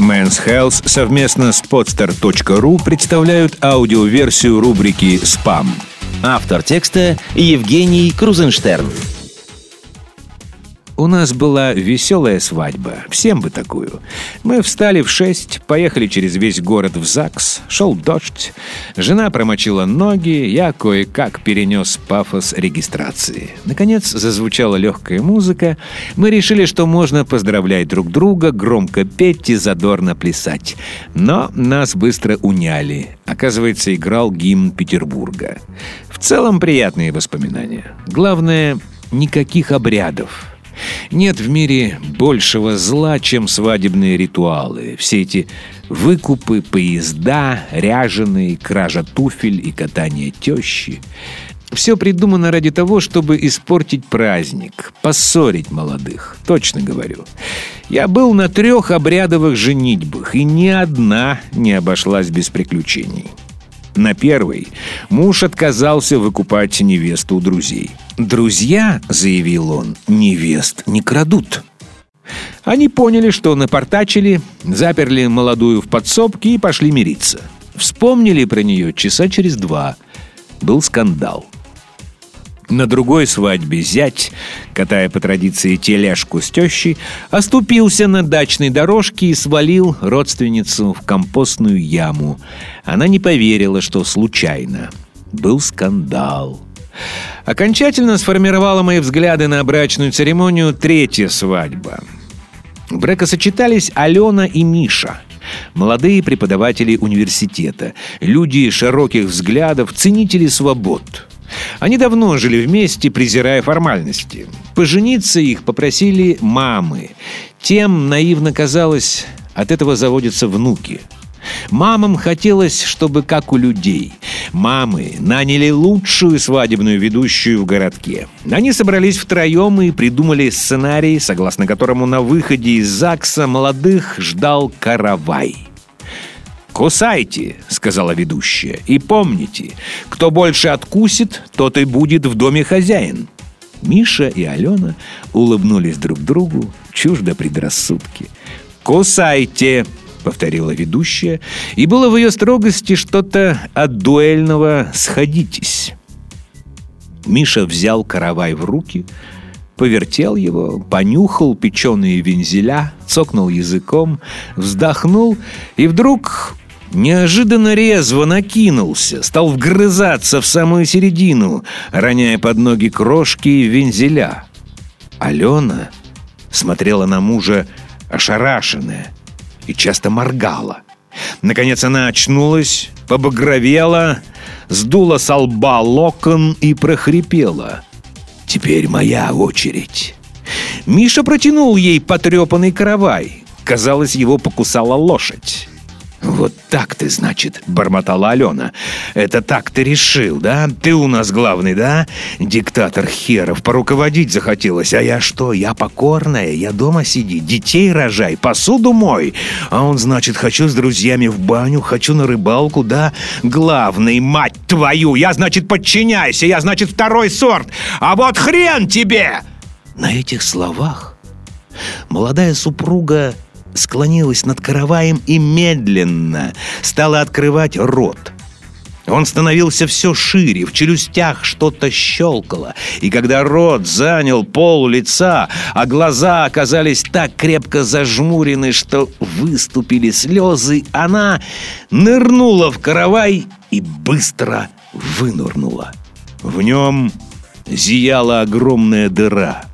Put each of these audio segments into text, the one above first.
Men's Health совместно с Podster.ru представляют аудиоверсию рубрики «Спам». Автор текста Евгений Крузенштерн. У нас была веселая свадьба, всем бы такую. Мы встали в 6, поехали через весь город в ЗАГС, шел дождь. Жена промочила ноги, я кое-как перенес пафос регистрации. Наконец зазвучала легкая музыка. Мы решили, что можно поздравлять друг друга, громко петь и задорно плясать. Но нас быстро уняли. Оказывается, играл гимн Петербурга. В целом приятные воспоминания. Главное, никаких обрядов. Нет в мире большего зла, чем свадебные ритуалы. Все эти выкупы, поезда, ряженые, кража туфель и катание тещи. Все придумано ради того, чтобы испортить праздник, поссорить молодых. Точно говорю. Я был на 3 обрядовых женитьбах, и ни одна не обошлась без приключений. На 1 муж отказался выкупать невесту у друзей. «Друзья, — заявил он, — невест не крадут». Они поняли, что напортачили, заперли молодую в подсобке и пошли мириться. Вспомнили про нее часа через 2. Был скандал. На другой свадьбе зять, катая по традиции тележку с тещей, оступился на дачной дорожке и свалил родственницу в компостную яму. Она не поверила, что случайно. Был скандал. Окончательно сформировала мои взгляды на брачную церемонию 3 свадьба. Бракосочетались Алена и Миша. Молодые преподаватели университета, люди широких взглядов, ценители свобод. Они давно жили вместе, презирая формальности. Пожениться их попросили мамы. Тем наивно казалось, от этого заводятся внуки. Мамам хотелось, чтобы как у людей. Мамы наняли лучшую свадебную ведущую в городке. Они собрались втроем и придумали сценарий, согласно которому на выходе из ЗАГСа молодых ждал каравай. «Кусайте», — сказала ведущая, — «и помните, кто больше откусит, тот и будет в доме хозяин». Миша и Алена улыбнулись друг другу, чуждо предрассудки. «Кусайте», — повторила ведущая, и было в ее строгости что-то от дуэльного «сходитесь». Миша взял каравай в руки, повертел его, понюхал печеные вензеля, цокнул языком, вздохнул и вдруг неожиданно резво накинулся, стал вгрызаться в самую середину, роняя под ноги крошки и вензеля. Алена смотрела на мужа ошарашенная и часто моргала. Наконец она очнулась, побагровела, сдула со лба локон и прохрипела: «Теперь моя очередь». Миша протянул ей потрепанный каравай. Казалось, его покусала лошадь. «Вот так ты, значит», — бормотала Алена. «Это так ты решил, да? Ты у нас главный, да? Диктатор херов, поруководить захотелось. А я что? Я покорная, я дома сиди, детей рожай, посуду мой. А он, значит, хочу с друзьями в баню, хочу на рыбалку, да? Главный, мать твою! Я, значит, подчиняйся, я, значит, 2 сорт. А вот хрен тебе!» На этих словах молодая супруга склонилась над караваем и медленно стала открывать рот. Он становился все шире, в челюстях что-то щелкало, и когда рот занял пол лица, а глаза оказались так крепко зажмурены, что выступили слезы, она нырнула в каравай и быстро вынырнула. В нем зияла огромная дыра.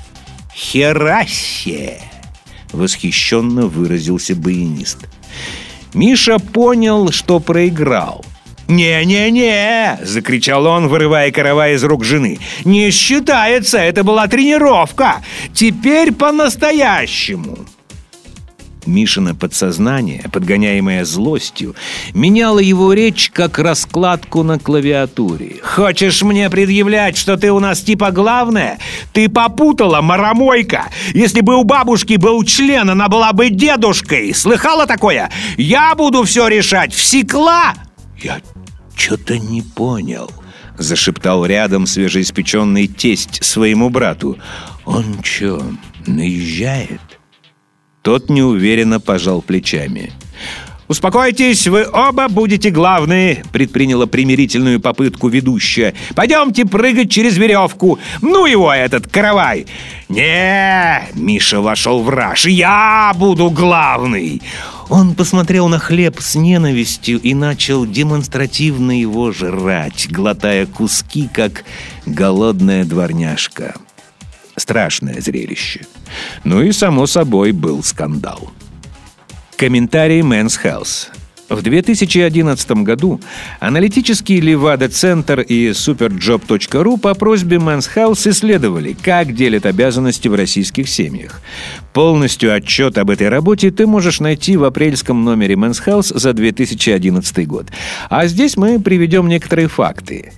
«Хераще!» — восхищенно выразился баянист. Миша понял, что проиграл. «Не-не-не!» — закричал он, вырывая каравай из рук жены. «Не считается! Это была тренировка! Теперь по-настоящему!» Мишино подсознание, подгоняемое злостью, меняло его речь как раскладку на клавиатуре. «Хочешь мне предъявлять, что ты у нас типа главная? Ты попутала, маромойка! Если бы у бабушки был член, она была бы дедушкой! Слыхала такое? Я буду все решать! Всекла!» «Я что-то не понял», — зашептал рядом свежеиспеченный тесть своему брату. «Он что, наезжает?» Тот неуверенно пожал плечами. «Успокойтесь, вы оба будете главные», — предприняла примирительную попытку ведущая. «Пойдемте прыгать через веревку. Ну его, этот каравай!» «Не!» — Миша вошел в раж. «Я буду главный!» Он посмотрел на хлеб с ненавистью и начал демонстративно его жрать, глотая куски, как голодная дворняжка. Страшное зрелище. Ну и, само собой, был скандал. Комментарий Men's Health. В 2011 году аналитический Левада-центр и Superjob.ru по просьбе Men's Health исследовали, как делят обязанности в российских семьях. Полностью отчет об этой работе ты можешь найти в апрельском номере Men's Health за 2011 год. А здесь мы приведем некоторые факты.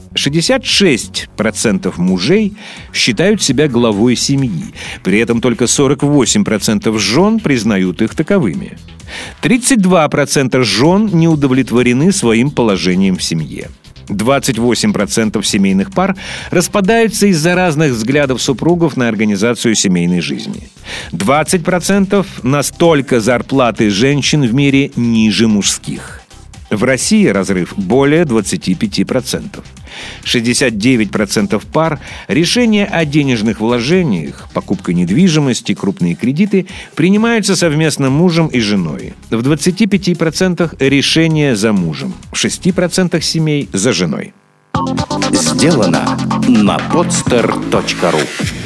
66% мужей считают себя главой семьи. При этом только 48% жен признают их таковыми. 32% жен не удовлетворены своим положением в семье. 28% семейных пар распадаются из-за разных взглядов супругов на организацию семейной жизни. 20% настолько зарплаты женщин в мире ниже мужских. В России разрыв более 25%. 69% пар решения о денежных вложениях, покупка недвижимости, крупные кредиты принимаются совместно мужем и женой. В 25% решения за мужем, в 6% семей за женой. Сделано на podster.ru.